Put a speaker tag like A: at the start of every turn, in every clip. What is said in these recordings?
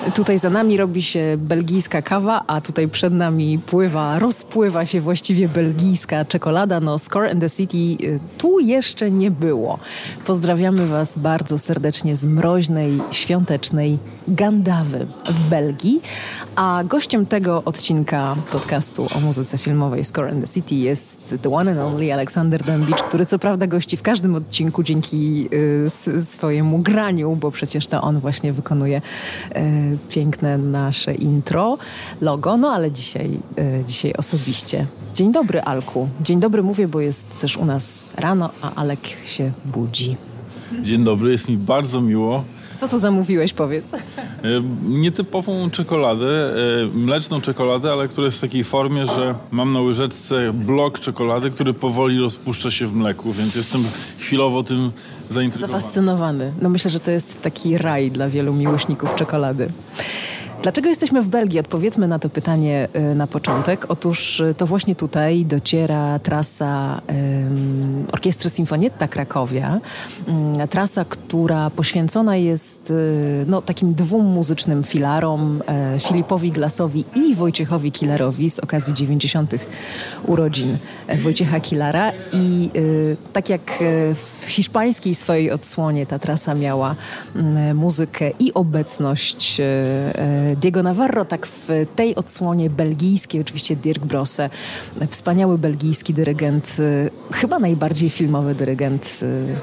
A: Tutaj za nami robi się belgijska kawa, a tutaj przed nami rozpływa się właściwie belgijska czekolada. No, Score and the City tu jeszcze nie było. Pozdrawiamy Was bardzo serdecznie z mroźnej, świątecznej Gandawy w Belgii. A gościem tego odcinka podcastu o muzyce filmowej Score and the City jest the one and only Aleksander Dębicz, który co prawda gości w każdym odcinku dzięki swojemu graniu, bo przecież to on właśnie wykonuje piękne nasze intro, logo, no ale dzisiaj osobiście. Dzień dobry, Alku. Dzień dobry mówię, bo jest też u nas rano, a Alek się budzi.
B: Dzień dobry, jest mi bardzo miło.
A: Co tu zamówiłeś, powiedz?
B: Nietypową czekoladę, mleczną czekoladę, ale która jest w takiej formie, że mam na łyżeczce blok czekolady, który powoli rozpuszcza się w mleku, więc jestem chwilowo tym zaintrygowany.
A: Zafascynowany. No myślę, że to jest taki raj dla wielu miłośników czekolady. Dlaczego jesteśmy w Belgii? Odpowiedzmy na to pytanie na początek. Otóż to właśnie tutaj dociera trasa Orkiestry Sinfonietta Krakowia. Trasa, która poświęcona jest takim dwóm muzycznym filarom, Filipowi Glassowi i Wojciechowi Kilarowi z okazji 90. urodzin Wojciecha Kilara. I tak jak w hiszpańskiej swojej odsłonie ta trasa miała muzykę i obecność Diego Navarro, tak w tej odsłonie belgijskiej oczywiście Dirk Brosse, wspaniały belgijski dyrygent, chyba najbardziej filmowy dyrygent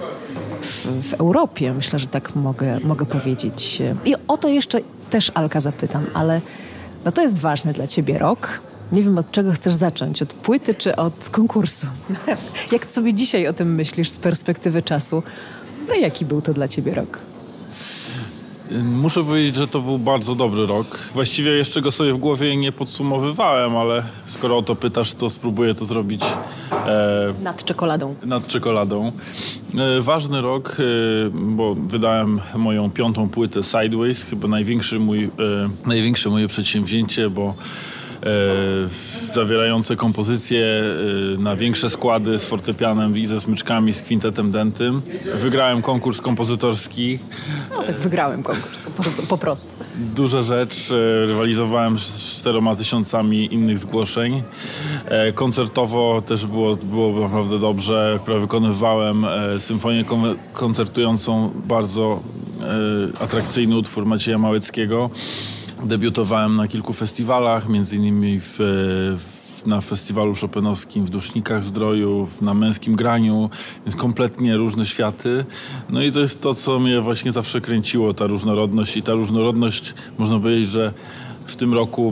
A: w Europie, myślę, że tak mogę powiedzieć. I o to jeszcze też Alka zapytam, ale no to jest ważny dla ciebie rok. Nie wiem, od czego chcesz zacząć, od płyty czy od konkursu? Jak sobie dzisiaj o tym myślisz z perspektywy czasu, no jaki był to dla ciebie rok?
B: Muszę powiedzieć, że to był bardzo dobry rok. Właściwie jeszcze go sobie w głowie nie podsumowywałem, ale skoro o to pytasz, to spróbuję to zrobić
A: nad czekoladą.
B: Ważny rok, bo wydałem moją 5. płytę Sideways, chyba największe moje przedsięwzięcie, bo zawierające kompozycje na większe składy z fortepianem i ze smyczkami, z kwintetem dętym. Wygrałem konkurs kompozytorski.
A: No tak, wygrałem konkurs, po prostu.
B: Duża rzecz. Rywalizowałem z 4000 innych zgłoszeń. Koncertowo też było naprawdę dobrze. Wykonywałem symfonię koncertującą, bardzo atrakcyjny utwór Macieja Małeckiego. Debiutowałem na kilku festiwalach, między innymi na festiwalu chopinowskim w Dusznikach Zdroju, na Męskim Graniu, więc kompletnie różne światy. No i to jest to, co mnie właśnie zawsze kręciło, ta różnorodność. I ta różnorodność, można powiedzieć, że w tym roku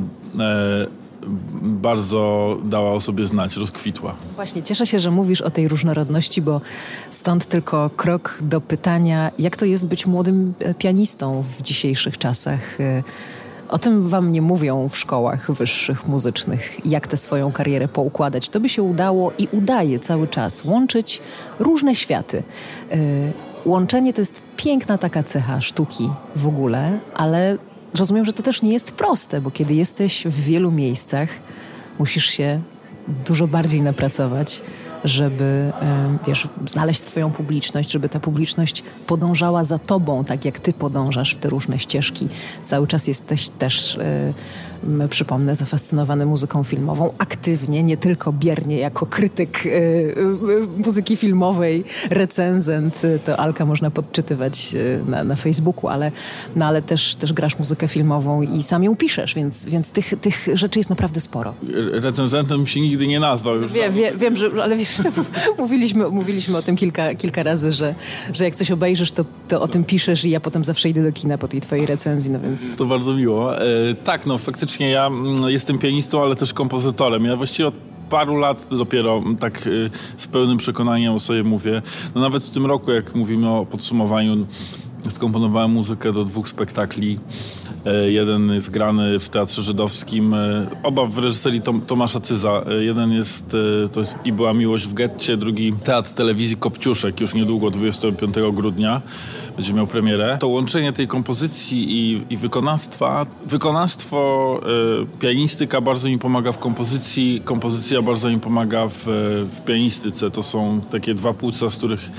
B: bardzo dała o sobie znać, rozkwitła.
A: Właśnie, cieszę się, że mówisz o tej różnorodności, bo stąd tylko krok do pytania, jak to jest być młodym pianistą w dzisiejszych czasach. O tym wam nie mówią w szkołach wyższych muzycznych, jak tę swoją karierę poukładać. To by się udało i udaje cały czas łączyć różne światy. Łączenie to jest piękna taka cecha sztuki w ogóle, ale rozumiem, że to też nie jest proste, bo kiedy jesteś w wielu miejscach, musisz się dużo bardziej napracować, żeby znaleźć swoją publiczność, żeby ta publiczność podążała za tobą, tak jak ty podążasz w te różne ścieżki. Cały czas jesteś też, przypomnę, zafascynowany muzyką filmową, aktywnie, nie tylko biernie, jako krytyk muzyki filmowej, recenzent, to Alka można podczytywać na Facebooku, ale też grasz muzykę filmową i sam ją piszesz, więc tych rzeczy jest naprawdę sporo.
B: Recenzentem się nigdy nie nazwał.
A: Wiem, ale wiesz, mówiliśmy o tym kilka razy, że jak coś obejrzysz, to o tym piszesz i ja potem zawsze idę do kina po tej twojej recenzji, no więc...
B: To bardzo miło. Tak, no faktycznie ja jestem pianistą, ale też kompozytorem. Ja właściwie od paru lat dopiero tak z pełnym przekonaniem o sobie mówię. No nawet w tym roku, jak mówimy o podsumowaniu, skomponowałem muzykę do 2 spektakli. Jeden jest grany w Teatrze Żydowskim, oba w reżyserii Tomasza Cyza. Jeden to jest I była miłość w getcie, drugi Teatr Telewizji Kopciuszek, już niedługo, 25 grudnia. Będzie miał premierę. To łączenie tej kompozycji i wykonawstwa. Wykonawstwo, pianistyka bardzo mi pomaga w kompozycji, kompozycja bardzo mi pomaga w pianistyce. To są takie dwa płuca, z których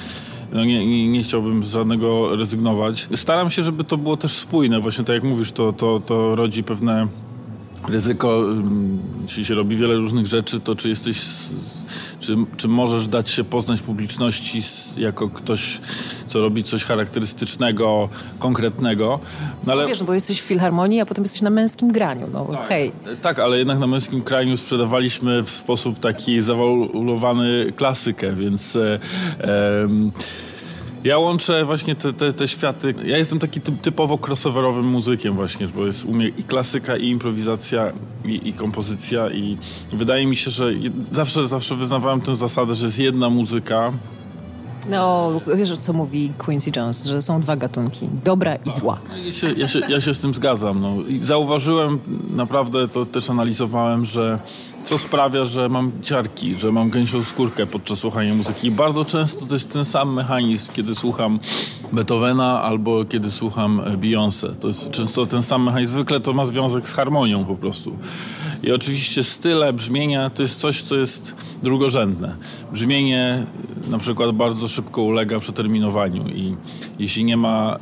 B: No nie chciałbym z żadnego rezygnować. Staram się, żeby to było też spójne. Właśnie tak jak mówisz, to rodzi pewne ryzyko. Jeśli się robi wiele różnych rzeczy, to czy możesz dać się poznać publiczności jako ktoś, co robi coś charakterystycznego, konkretnego.
A: No ale wiesz, bo jesteś w filharmonii, a potem jesteś na Męskim Graniu. No
B: tak,
A: hej.
B: Tak, ale jednak na Męskim Graniu sprzedawaliśmy w sposób taki zawalulowany klasykę, więc ja łączę właśnie te światy. Ja jestem taki typowo crossoverowym muzykiem właśnie, bo jest u mnie i klasyka, i improwizacja, i kompozycja i wydaje mi się, że zawsze wyznawałem tę zasadę, że jest jedna muzyka.
A: No, wiesz, co mówi Quincy Jones, że są dwa gatunki, dobra i zła.
B: Ja się z tym zgadzam. No. I zauważyłem, naprawdę to też analizowałem, że co sprawia, że mam ciarki, że mam gęsią skórkę podczas słuchania muzyki. I bardzo często to jest ten sam mechanizm, kiedy słucham Beethovena albo kiedy słucham Beyoncé. To jest często ten sam mechanizm. Zwykle to ma związek z harmonią po prostu. I oczywiście style, brzmienia to jest coś, co jest drugorzędne. Brzmienie na przykład bardzo szybko ulega przeterminowaniu i jeśli nie ma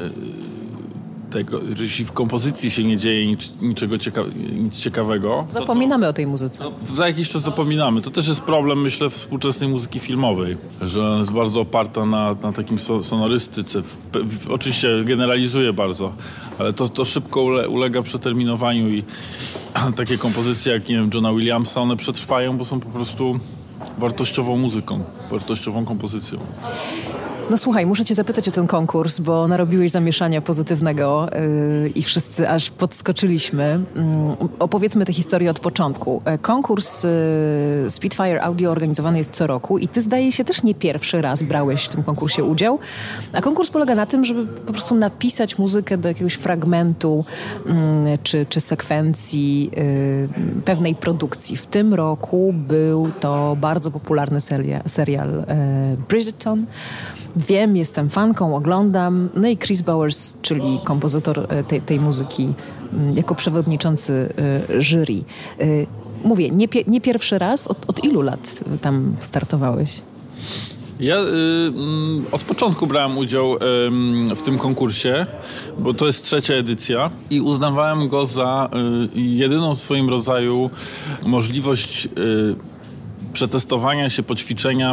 B: tego, jeśli w kompozycji się nie dzieje nic ciekawego...
A: Zapominamy o tej muzyce.
B: Za jakiś czas zapominamy. To też jest problem, myślę, współczesnej muzyki filmowej, że ona jest bardzo oparta na takim sonorystyce. Oczywiście generalizuję bardzo, ale to szybko ulega przeterminowaniu i takie kompozycje jak, nie wiem, Johna Williamsa, one przetrwają, bo są po prostu wartościową muzyką, wartościową kompozycją.
A: No słuchaj, muszę cię zapytać o ten konkurs, bo narobiłeś zamieszania pozytywnego i wszyscy aż podskoczyliśmy. Opowiedzmy tę historię od początku. Konkurs Spitfire Audio organizowany jest co roku i ty, zdaje się, też nie pierwszy raz brałeś w tym konkursie udział. A konkurs polega na tym, żeby po prostu napisać muzykę do jakiegoś fragmentu czy sekwencji pewnej produkcji. W tym roku był to bardzo popularny serial Bridgerton. Wiem, jestem fanką, oglądam. No i Chris Bowers, czyli kompozytor tej muzyki, jako przewodniczący jury. Mówię, nie pierwszy raz. Od ilu lat tam startowałeś?
B: Ja od początku brałem udział w tym konkursie, bo to jest 3. edycja i uznawałem go za jedyną w swoim rodzaju możliwość przetestowania się, poćwiczenia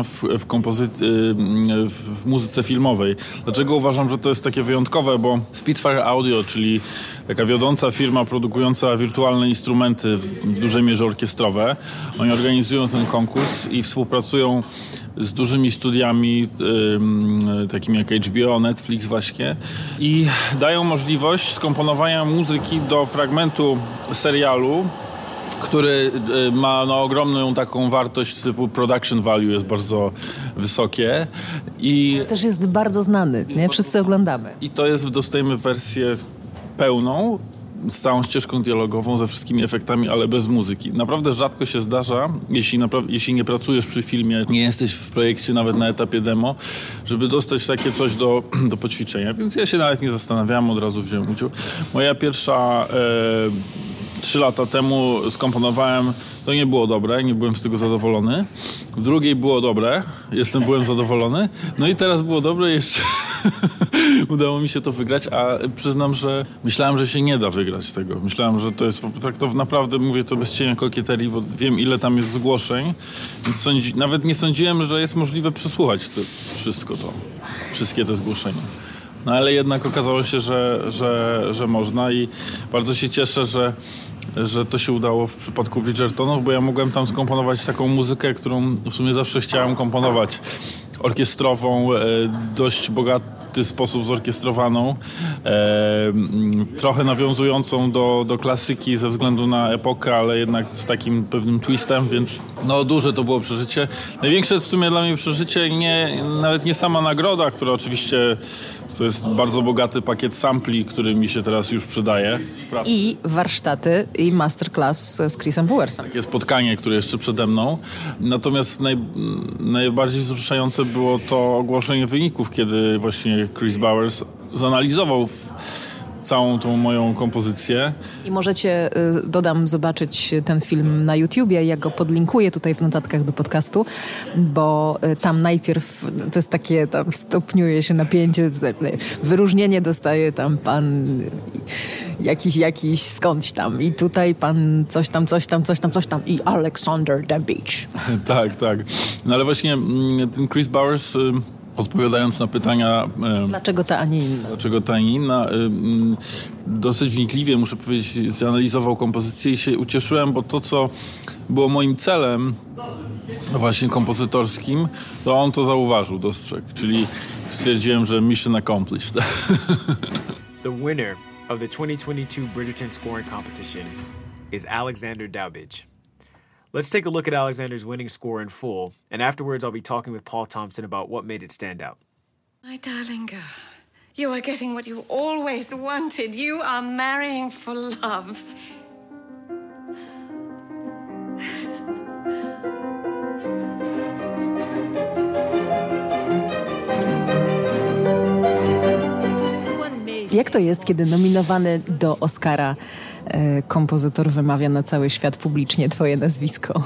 B: w muzyce filmowej. Dlaczego uważam, że to jest takie wyjątkowe? Bo Spitfire Audio, czyli taka wiodąca firma produkująca wirtualne instrumenty w dużej mierze orkiestrowe, oni organizują ten konkurs i współpracują z dużymi studiami, takimi jak HBO, Netflix właśnie, i dają możliwość skomponowania muzyki do fragmentu serialu, który ma ogromną taką wartość typu production value, jest bardzo wysokie. I
A: też jest bardzo znany, nie? Wszyscy oglądamy.
B: I to jest, dostajemy wersję pełną, z całą ścieżką dialogową, ze wszystkimi efektami, ale bez muzyki. Naprawdę rzadko się zdarza, jeśli nie pracujesz przy filmie, nie jesteś w projekcie nawet na etapie demo, żeby dostać takie coś do poćwiczenia. Więc ja się nawet nie zastanawiałem, od razu wziąłem udział. Moja pierwsza 3 lata temu skomponowałem, to nie było dobre, nie byłem z tego zadowolony. W drugiej było dobre, byłem zadowolony. No i teraz było dobre, jeszcze udało mi się to wygrać, a przyznam, że myślałem, że się nie da wygrać tego. Myślałem, że to jest, tak to naprawdę mówię to bez cienia kokieterii, bo wiem, ile tam jest zgłoszeń, więc nawet nie sądziłem, że jest możliwe przesłuchać wszystkie te zgłoszenia. No ale jednak okazało się, że można i bardzo się cieszę, że to się udało w przypadku Bridgertonów, bo ja mogłem tam skomponować taką muzykę, którą w sumie zawsze chciałem komponować. Orkiestrową, dość bogaty sposób zorkiestrowaną, trochę nawiązującą do klasyki ze względu na epokę, ale jednak z takim pewnym twistem, więc duże to było przeżycie. Największe w sumie dla mnie przeżycie nawet nie sama nagroda, która oczywiście to jest bardzo bogaty pakiet sampli, który mi się teraz już przydaje.
A: I warsztaty, i masterclass z Chrisem Bowersem.
B: Takie spotkanie, które jeszcze przede mną. Natomiast najbardziej wzruszające było to ogłoszenie wyników, kiedy właśnie Chris Bowers zanalizował całą tą moją kompozycję.
A: I możecie, dodam, zobaczyć ten film na YouTubie. Ja go podlinkuję tutaj w notatkach do podcastu, bo tam najpierw to jest takie, tam stopniuje się napięcie, wyróżnienie dostaje tam pan jakiś skądś tam i tutaj pan coś tam i Alexander Davidge.
B: Tak. No ale właśnie ten Chris Bowers, odpowiadając na pytania...
A: Dlaczego ta, a nie inna?
B: Dlaczego ta, a nie inna? Dosyć wnikliwie, muszę powiedzieć, zanalizował kompozycję i się ucieszyłem, bo to, co było moim celem właśnie kompozytorskim, to on to zauważył, dostrzegł. Czyli stwierdziłem, że mission accomplished.
C: The winner of the 2022 Bridgerton Scoring Competition is Alexander Davidge. Let's take a look at Alexander's winning score in full, and afterwards I'll be talking with Paul Thompson about what made it stand out.
D: My darling girl, you are getting what you always wanted. You are marrying for love.
A: Jak to jest, kiedy nominowany do Oscara kompozytor wymawia na cały świat publicznie twoje nazwisko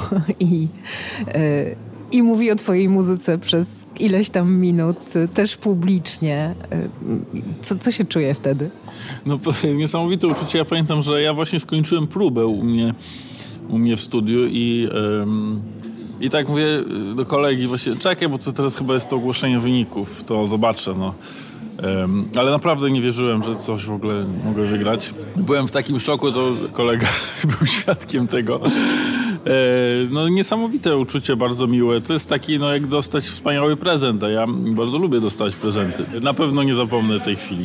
A: i mówi o twojej muzyce przez ileś tam minut, też publicznie. Co się czuje wtedy?
B: No niesamowite uczucie. Ja pamiętam, że ja właśnie skończyłem próbę u mnie w studiu i tak mówię do kolegi właśnie, czekaj, bo to teraz chyba jest to ogłoszenie wyników, to zobaczę, no. Ale naprawdę nie wierzyłem, że coś w ogóle mogę wygrać. Byłem w takim szoku, to kolega był świadkiem tego. No niesamowite uczucie, bardzo miłe. To jest taki, no jak dostać wspaniały prezent, a ja bardzo lubię dostawać prezenty. Na pewno nie zapomnę tej chwili.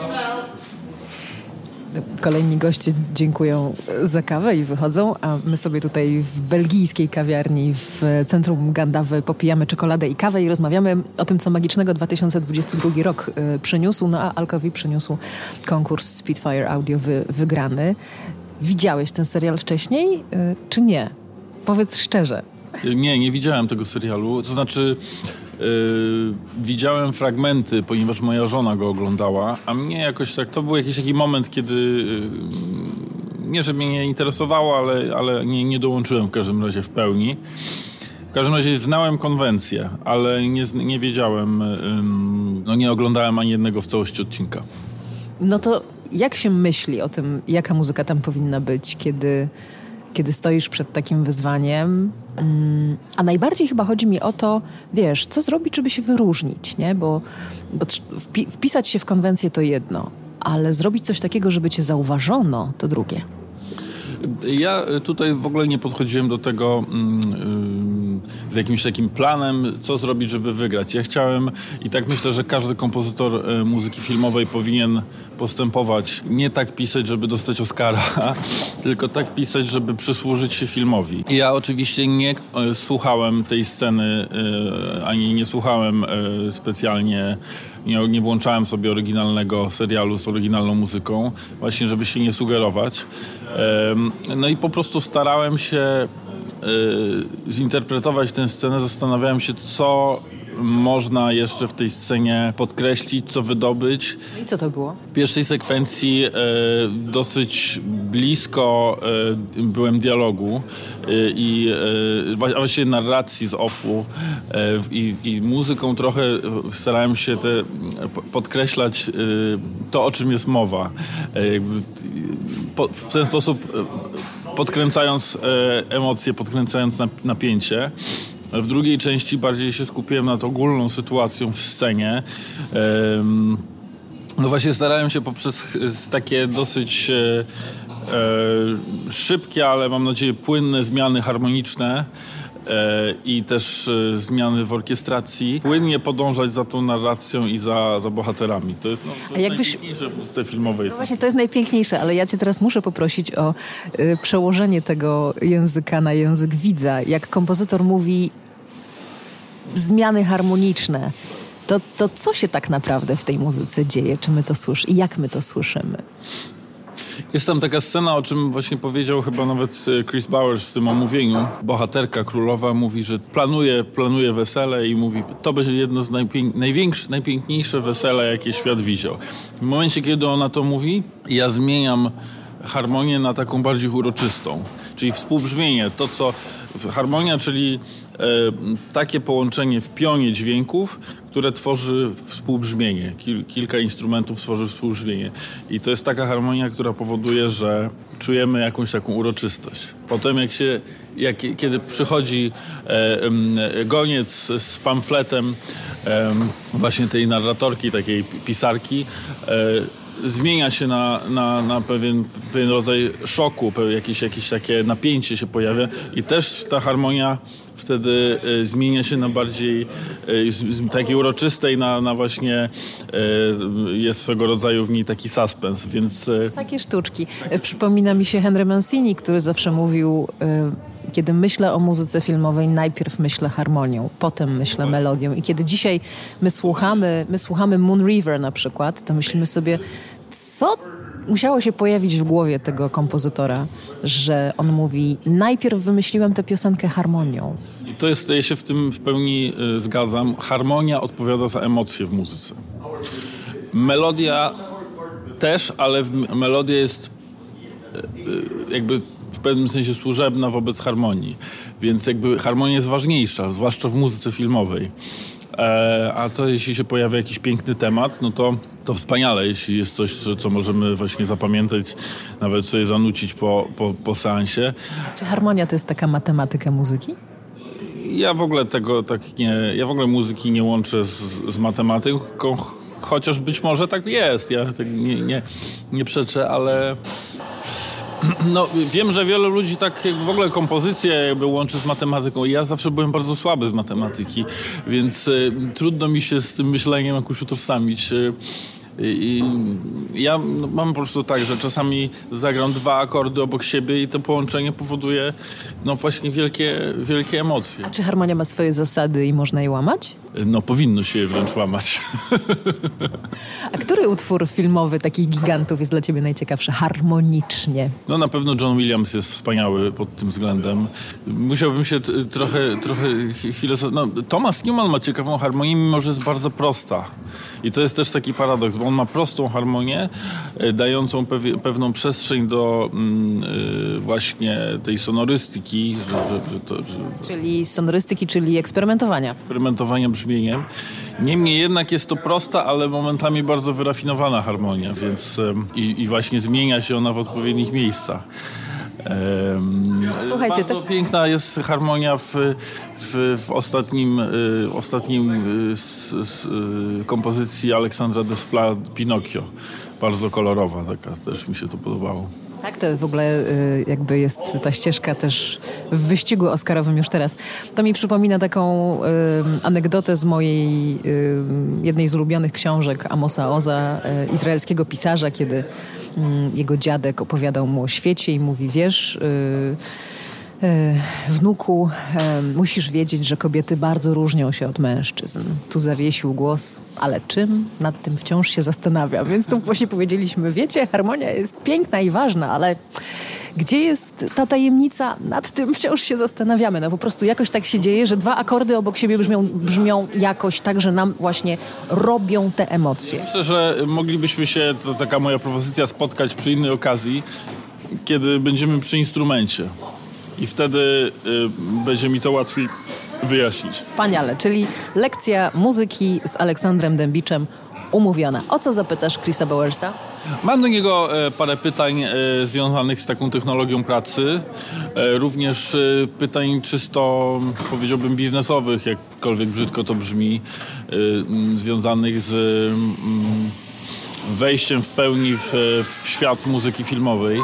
A: Kolejni goście dziękują za kawę i wychodzą, a my sobie tutaj w belgijskiej kawiarni w centrum Gandawy popijamy czekoladę i kawę i rozmawiamy o tym, co magicznego 2022 rok przyniósł. No a Alkowi przyniósł konkurs Spitfire Audio wygrany. Widziałeś ten serial wcześniej, czy nie? Powiedz szczerze.
B: Nie widziałem tego serialu. To znaczy... widziałem fragmenty, ponieważ moja żona go oglądała, a mnie jakoś tak, to był jakiś taki moment, kiedy nie, że mnie nie interesowało, ale nie dołączyłem w każdym razie w pełni. W każdym razie znałem konwencję, ale nie wiedziałem, no nie oglądałem ani jednego w całości odcinka.
A: No to jak się myśli o tym, jaka muzyka tam powinna być, kiedy stoisz przed takim wyzwaniem? A najbardziej chyba chodzi mi o to, wiesz, co zrobić, żeby się wyróżnić, nie? Bo wpisać się w konwencję to jedno, ale zrobić coś takiego, żeby cię zauważono, to drugie.
B: Ja tutaj w ogóle nie podchodziłem do tego z jakimś takim planem, co zrobić, żeby wygrać. Ja chciałem i tak myślę, że każdy kompozytor muzyki filmowej powinien postępować. Nie tak pisać, żeby dostać Oscara, tylko tak pisać, żeby przysłużyć się filmowi. Ja oczywiście nie słuchałem tej sceny, ani nie słuchałem specjalnie, nie włączałem sobie oryginalnego serialu z oryginalną muzyką, właśnie żeby się nie sugerować. No i po prostu starałem się zinterpretować tę scenę, zastanawiałem się, co można jeszcze w tej scenie podkreślić, co wydobyć.
A: I co to było?
B: W pierwszej sekwencji dosyć blisko byłem dialogu a właściwie narracji z offu i muzyką trochę starałem się podkreślać to, o czym jest mowa. W ten sposób podkręcając emocje, podkręcając napięcie. W drugiej części bardziej się skupiłem nad ogólną sytuacją w scenie. No właśnie starałem się poprzez takie dosyć szybkie, ale mam nadzieję płynne zmiany harmoniczne i też zmiany w orkiestracji, płynnie podążać za tą narracją i za bohaterami. To jest, najpiękniejsze w muzyce filmowej.
A: No właśnie, to jest najpiękniejsze, ale ja cię teraz muszę poprosić o przełożenie tego języka na język widza. Jak kompozytor mówi zmiany harmoniczne, to co się tak naprawdę w tej muzyce dzieje? Czy my to słyszymy i jak my to słyszymy?
B: Jest tam taka scena, o czym właśnie powiedział chyba nawet Chris Bowers w tym omówieniu. Bohaterka królowa mówi, że planuje wesele i mówi, to będzie jedno z najpiękniejsze wesele, jakie świat widział. W momencie, kiedy ona to mówi, ja zmieniam harmonię na taką bardziej uroczystą, czyli współbrzmienie. Harmonia, czyli takie połączenie w pionie dźwięków, które tworzy współbrzmienie. Kilka instrumentów tworzy współbrzmienie. I to jest taka harmonia, która powoduje, że czujemy jakąś taką uroczystość. Potem kiedy przychodzi goniec z pamfletem właśnie tej narratorki, takiej pisarki, zmienia się na pewien rodzaj szoku, jakieś takie napięcie się pojawia i też ta harmonia wtedy zmienia się na bardziej takiej uroczystej, na właśnie jest swego rodzaju w niej taki suspens, więc...
A: Takie sztuczki. Przypomina mi się Henry Mancini, który zawsze mówił... Kiedy myślę o muzyce filmowej, najpierw myślę harmonią, potem myślę melodią. I kiedy dzisiaj my słuchamy Moon River na przykład, to myślimy sobie, co musiało się pojawić w głowie tego kompozytora, że on mówi, najpierw wymyśliłem tę piosenkę harmonią.
B: I to jest, ja się w tym w pełni zgadzam. Harmonia odpowiada za emocje w muzyce. Melodia też, ale melodia jest jakby w pewnym sensie służebna wobec harmonii. Więc jakby harmonia jest ważniejsza, zwłaszcza w muzyce filmowej. A to jeśli się pojawia jakiś piękny temat, no to wspaniale, jeśli jest coś, co możemy właśnie zapamiętać, nawet sobie zanucić po seansie.
A: Czy harmonia to jest taka matematyka muzyki?
B: Ja w ogóle ja w ogóle muzyki nie łączę z matematyką, chociaż być może tak jest. Ja tak nie przeczę, ale... No, wiem, że wielu ludzi tak w ogóle kompozycję jakby łączy z matematyką. Ja zawsze byłem bardzo słaby z matematyki, więc trudno mi się z tym myśleniem jakoś utożsamić. I ja mam po prostu tak, że czasami zagram 2 akordy obok siebie i to połączenie powoduje no właśnie wielkie emocje.
A: A czy harmonia ma swoje zasady i można je łamać?
B: No powinno się je wręcz łamać.
A: A który utwór filmowy takich gigantów jest dla ciebie najciekawszy harmonicznie?
B: No na pewno John Williams jest wspaniały pod tym względem. Musiałbym się trochę no, Thomas Newman ma ciekawą harmonię, mimo że jest bardzo prosta. I to jest też taki paradoks, bo on ma prostą harmonię, dającą pewną przestrzeń do właśnie tej sonorystyki.
A: Czyli sonorystyki, czyli eksperymentowania.
B: Eksperymentowania brzmieniem. Niemniej jednak jest to prosta, ale momentami bardzo wyrafinowana harmonia, więc i właśnie zmienia się ona w odpowiednich miejscach.
A: Słuchajcie,
B: bardzo piękna jest harmonia w ostatnim kompozycji Aleksandra Desplat Pinokio. Bardzo kolorowa taka, też mi się to podobało.
A: Tak, to w ogóle jakby jest ta ścieżka też w wyścigu oscarowym już teraz. To mi przypomina taką anegdotę z mojej jednej z ulubionych książek Amosa Oza, izraelskiego pisarza, kiedy jego dziadek opowiadał mu o świecie i mówi, wiesz... wnuku, musisz wiedzieć, że kobiety bardzo różnią się od mężczyzn. Tu zawiesił głos, ale czym? Nad tym wciąż się zastanawiam. Więc tu właśnie powiedzieliśmy, wiecie, harmonia jest piękna i ważna, ale gdzie jest ta tajemnica? Nad tym wciąż się zastanawiamy. No po prostu jakoś tak się dzieje, że 2 akordy obok siebie brzmią jakoś tak, że nam właśnie robią te emocje.
B: Myślę, że moglibyśmy się, to taka moja propozycja, spotkać przy innej okazji, kiedy będziemy przy instrumencie. I wtedy będzie mi to łatwiej wyjaśnić.
A: Wspaniale, czyli lekcja muzyki z Aleksandrem Dębiczem umówiona. O co zapytasz Chrisa Bowersa?
B: Mam do niego parę pytań związanych z taką technologią pracy. Również pytań czysto, powiedziałbym, biznesowych, jakkolwiek brzydko to brzmi, związanych z wejściem w pełni w świat muzyki filmowej.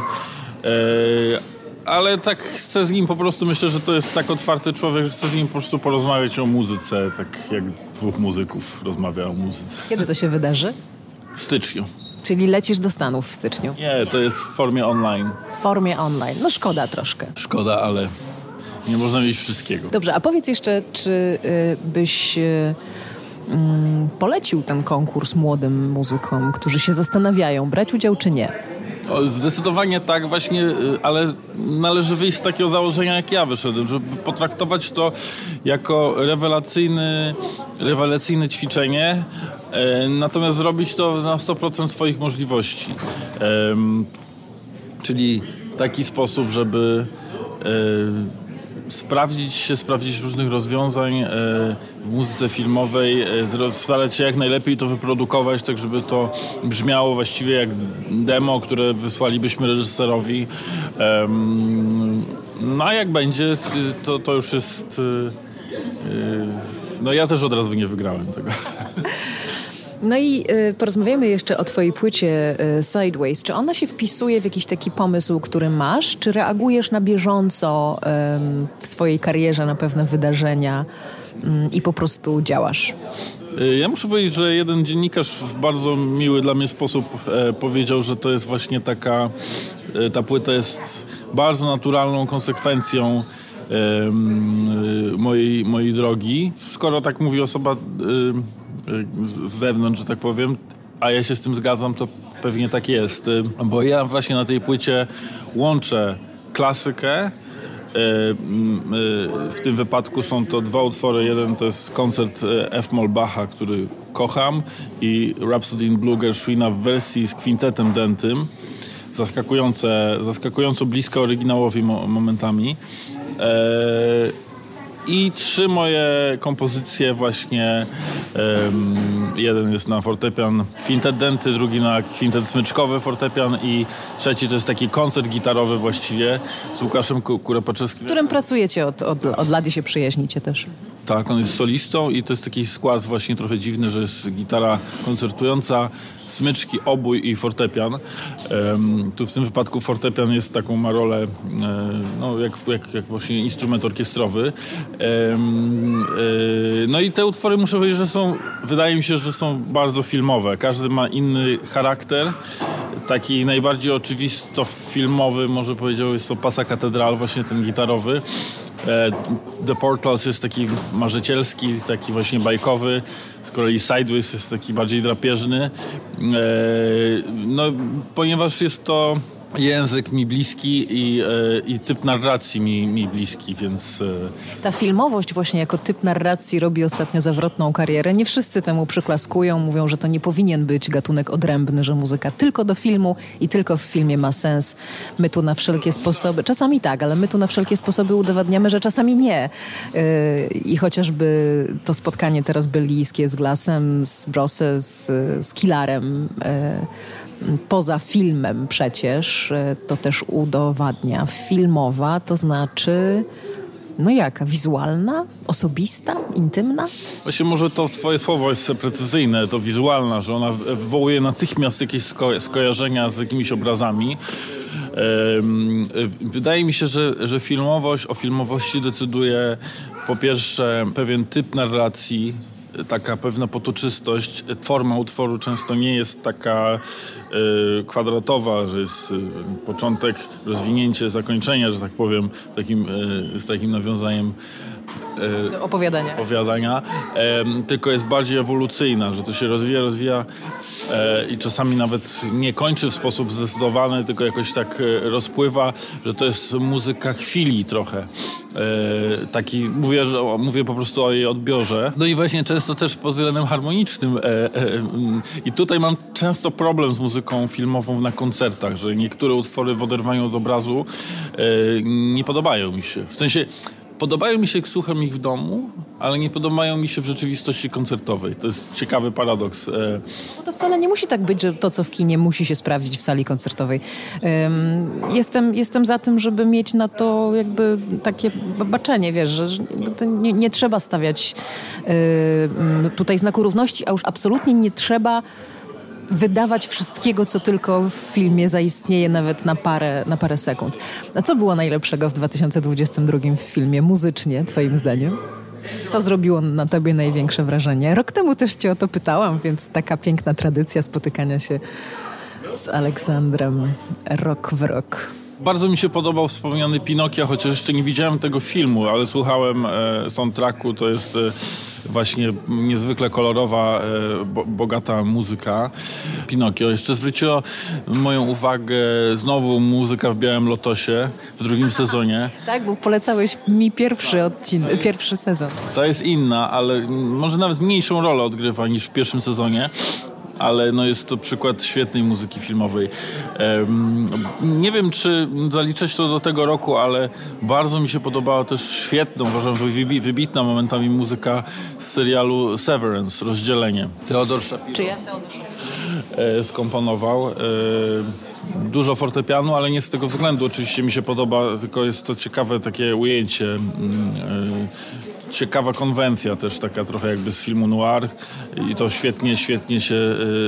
B: Ale tak chcę z nim po prostu, myślę, że to jest tak otwarty człowiek, że chcę z nim po prostu porozmawiać o muzyce, tak jak 2 muzyków rozmawia o muzyce.
A: Kiedy to się wydarzy?
B: W styczniu.
A: Czyli lecisz do Stanów w styczniu?
B: Nie, to jest w formie online.
A: W formie online. No szkoda troszkę.
B: Szkoda, ale nie można mieć wszystkiego.
A: Dobrze, a powiedz jeszcze, czy byś polecił ten konkurs młodym muzykom, którzy się zastanawiają, brać udział czy nie?
B: Zdecydowanie tak właśnie, ale należy wyjść z takiego założenia, jak ja wyszedłem, żeby potraktować to jako rewelacyjne ćwiczenie, natomiast zrobić to na 100% swoich możliwości. Czyli w taki sposób, żeby sprawdzić różnych rozwiązań w muzyce filmowej, starać się jak najlepiej to wyprodukować, tak żeby to brzmiało właściwie jak demo, które wysłalibyśmy reżyserowi. No a jak będzie, to już jest... No ja też od razu nie wygrałem tego.
A: No i porozmawiamy jeszcze o twojej płycie Sideways. Czy ona się wpisuje w jakiś taki pomysł, który masz? Czy reagujesz na bieżąco w swojej karierze na pewne wydarzenia i po prostu działasz?
B: Ja muszę powiedzieć, że jeden dziennikarz w bardzo miły dla mnie sposób powiedział, że to jest właśnie ta płyta jest bardzo naturalną konsekwencją mojej drogi. Skoro tak mówi osoba z zewnątrz, że tak powiem, a ja się z tym zgadzam, to pewnie tak jest. Bo ja właśnie na tej płycie łączę klasykę. W tym wypadku są to dwa utwory. Jeden to jest koncert F-moll Bacha, który kocham, i Rhapsody in Blue Gershwina w wersji z kwintetem dętym. Zaskakująco blisko oryginałowi momentami. I 3 moje kompozycje właśnie, jeden jest na fortepian kwintet dęty, drugi na kwintet smyczkowy fortepian i trzeci to jest taki koncert gitarowy właściwie z Łukaszem Kurepaczewskim.
A: Z którym pracujecie od lat i się przyjaźnicie też.
B: Tak, on jest solistą i to jest taki skład właśnie trochę dziwny, że jest gitara koncertująca, smyczki, obój i fortepian. Tu w tym wypadku fortepian jest taką ma rolę, no, jak właśnie instrument orkiestrowy. No i te utwory muszę powiedzieć, że wydaje mi się, że są bardzo filmowe. Każdy ma inny charakter. Taki najbardziej oczywisto filmowy, może powiedział, jest to Pasa Katedral, właśnie ten gitarowy. The Portals jest taki marzycielski, taki właśnie bajkowy. Z kolei Sideways jest taki bardziej drapieżny. No, ponieważ jest to język mi bliski i typ narracji mi bliski, więc...
A: Ta filmowość właśnie jako typ narracji robi ostatnio zawrotną karierę. Nie wszyscy temu przyklaskują, mówią, że to nie powinien być gatunek odrębny, że muzyka tylko do filmu i tylko w filmie ma sens. My tu na wszelkie sposoby, czasami tak, ale my tu na wszelkie sposoby udowadniamy, że czasami nie. I chociażby to spotkanie teraz belijskie z Glassem, z Brose, z Killarem, poza filmem przecież, to też udowadnia. Filmowa to znaczy, no jaka? Wizualna? Osobista? Intymna?
B: Właśnie może to twoje słowo jest precyzyjne, to wizualna, że ona wywołuje natychmiast jakieś skojarzenia z jakimiś obrazami. Wydaje mi się, że o filmowości decyduje po pierwsze pewien typ narracji, taka pewna potoczystość. Forma utworu często nie jest taka kwadratowa, że jest początek, rozwinięcie, zakończenie, że tak powiem, z takim nawiązaniem opowiadania, tylko jest bardziej ewolucyjna, że to się rozwija i czasami nawet nie kończy w sposób zdecydowany, tylko jakoś tak rozpływa, że to jest muzyka chwili trochę. Mówię po prostu o jej odbiorze. No i właśnie często też pod względem harmonicznym. I tutaj mam często problem z muzyką filmową na koncertach, że niektóre utwory w oderwaniu od obrazu nie podobają mi się. W sensie podobają mi się, jak słucham ich w domu, ale nie podobają mi się w rzeczywistości koncertowej. To jest ciekawy paradoks.
A: No to wcale nie musi tak być, że to, co w kinie, musi się sprawdzić w sali koncertowej. Jestem za tym, żeby mieć na to jakby takie baczenie, wiesz, że to nie trzeba stawiać tutaj znaku równości, a już absolutnie nie trzeba wydawać wszystkiego, co tylko w filmie zaistnieje nawet na parę sekund. A co było najlepszego w 2022 w filmie muzycznie, twoim zdaniem? Co zrobiło na tobie największe wrażenie? Rok temu też cię o to pytałam, więc taka piękna tradycja spotykania się z Aleksandrem rok w rok.
B: Bardzo mi się podobał wspomniany Pinokio, chociaż jeszcze nie widziałem tego filmu, ale słuchałem soundtracku. To jest właśnie niezwykle kolorowa, bogata muzyka. Pinokio. Jeszcze zwróciło moją uwagę znowu muzyka w Białym Lotosie w drugim sezonie.
A: Tak, bo polecałeś mi pierwszy sezon.
B: To jest inna, ale może nawet mniejszą rolę odgrywa niż w pierwszym sezonie. Ale no jest to przykład świetnej muzyki filmowej. Nie wiem, czy zaliczać to do tego roku, ale bardzo mi się podobała też świetna, uważam, wybitna momentami muzyka z serialu Severance, Rozdzielenie. Teodor Shapiro.
A: Czy ja? Teodor Shapiro.
B: Skomponował. Dużo fortepianu, ale nie z tego względu. Oczywiście mi się podoba, tylko jest to ciekawe takie ujęcie. Ciekawa konwencja też, taka trochę jakby z filmu noir i to świetnie się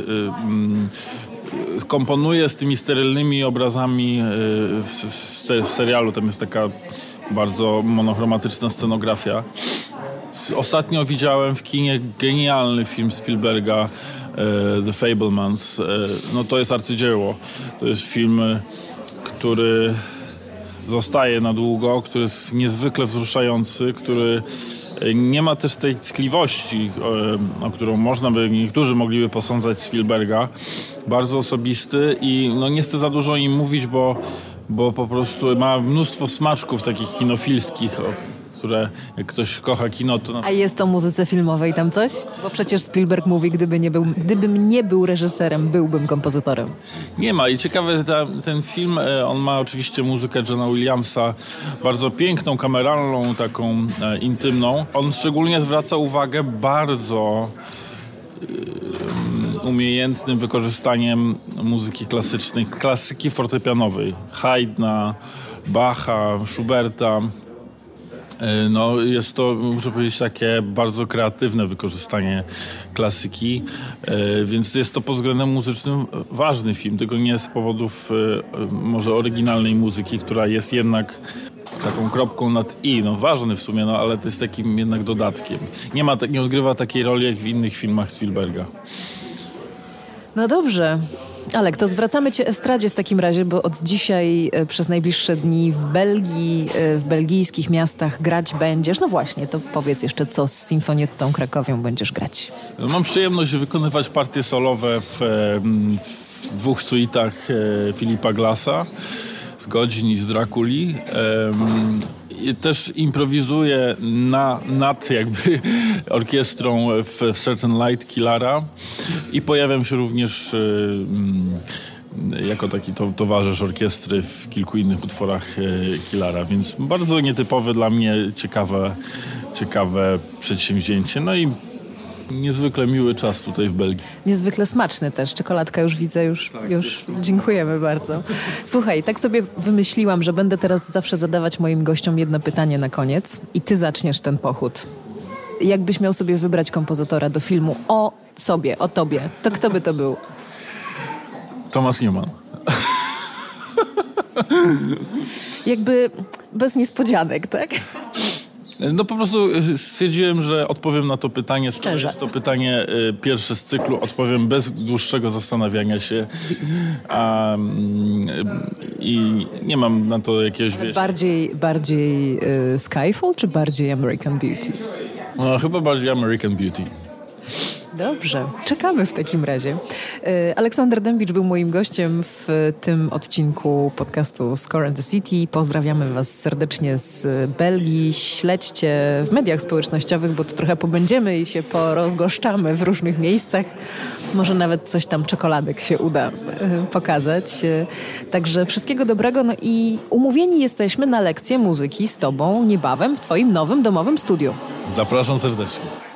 B: komponuje z tymi sterylnymi obrazami w serialu. Tam jest taka bardzo monochromatyczna scenografia. Ostatnio widziałem w kinie genialny film Spielberga, The Fabelmans. No to jest arcydzieło. To jest film, który zostaje na długo, który jest niezwykle wzruszający, który nie ma też tej tkliwości, o którą niektórzy mogliby posądzać Spielberga. Bardzo osobisty i no nie chcę za dużo o nim mówić, bo po prostu ma mnóstwo smaczków takich kinofilskich, które jak ktoś kocha kino, to...
A: A jest o muzyce filmowej tam coś? Bo przecież Spielberg mówi, gdybym nie był reżyserem, byłbym kompozytorem.
B: Nie ma i ciekawe, ten film, on ma oczywiście muzykę Johna Williamsa, bardzo piękną, kameralną, taką intymną. On szczególnie zwraca uwagę bardzo umiejętnym wykorzystaniem muzyki klasycznej, klasyki fortepianowej. Haydna, Bacha, Schuberta. No, jest to, muszę powiedzieć, takie bardzo kreatywne wykorzystanie klasyki, więc jest to pod względem muzycznym ważny film, tylko nie z powodów może oryginalnej muzyki, która jest jednak taką kropką nad i, no ważny w sumie, no ale to jest takim jednak dodatkiem. Nie odgrywa takiej roli jak w innych filmach Spielberga.
A: No dobrze. Alek, to zwracamy cię estradzie w takim razie, bo od dzisiaj przez najbliższe dni w Belgii, w belgijskich miastach grać będziesz. No właśnie, to powiedz jeszcze, co z Sinfonietą Krakowią będziesz grać.
B: Mam przyjemność wykonywać partie solowe w 2 suitach Philippa Glassa, z Godzin i z Drakuli. I też improwizuję nad jakby orkiestrą w Certain Light Killara i pojawiam się również jako taki towarzysz orkiestry w kilku innych utworach Killara, więc bardzo nietypowe dla mnie, ciekawe przedsięwzięcie. No i niezwykle miły czas tutaj w Belgii.
A: Niezwykle smaczny też. Czekoladka już widzę, już dziękujemy bardzo. Słuchaj, tak sobie wymyśliłam, że będę teraz zawsze zadawać moim gościom jedno pytanie na koniec i ty zaczniesz ten pochód. Jakbyś miał sobie wybrać kompozytora do filmu o sobie, o tobie, to kto by to był?
B: Thomas Newman.
A: Jakby bez niespodzianek, tak?
B: No po prostu stwierdziłem, że odpowiem na to pytanie.
A: Szczerze.
B: Jest to pytanie pierwsze z cyklu. Odpowiem bez dłuższego zastanawiania się. I nie mam na to jakiegoś
A: Bardziej Skyfall czy bardziej American Beauty?
B: No, chyba bardziej American Beauty.
A: Dobrze, czekamy w takim razie. Aleksander Dębicz był moim gościem w tym odcinku podcastu Score and the City. Pozdrawiamy was serdecznie z Belgii. Śledźcie w mediach społecznościowych, bo tu trochę pobędziemy i się porozgoszczamy w różnych miejscach. Może nawet coś tam czekoladek się uda pokazać. Także wszystkiego dobrego. No i umówieni jesteśmy na lekcję muzyki z tobą niebawem w twoim nowym domowym studiu.
B: Zapraszam serdecznie.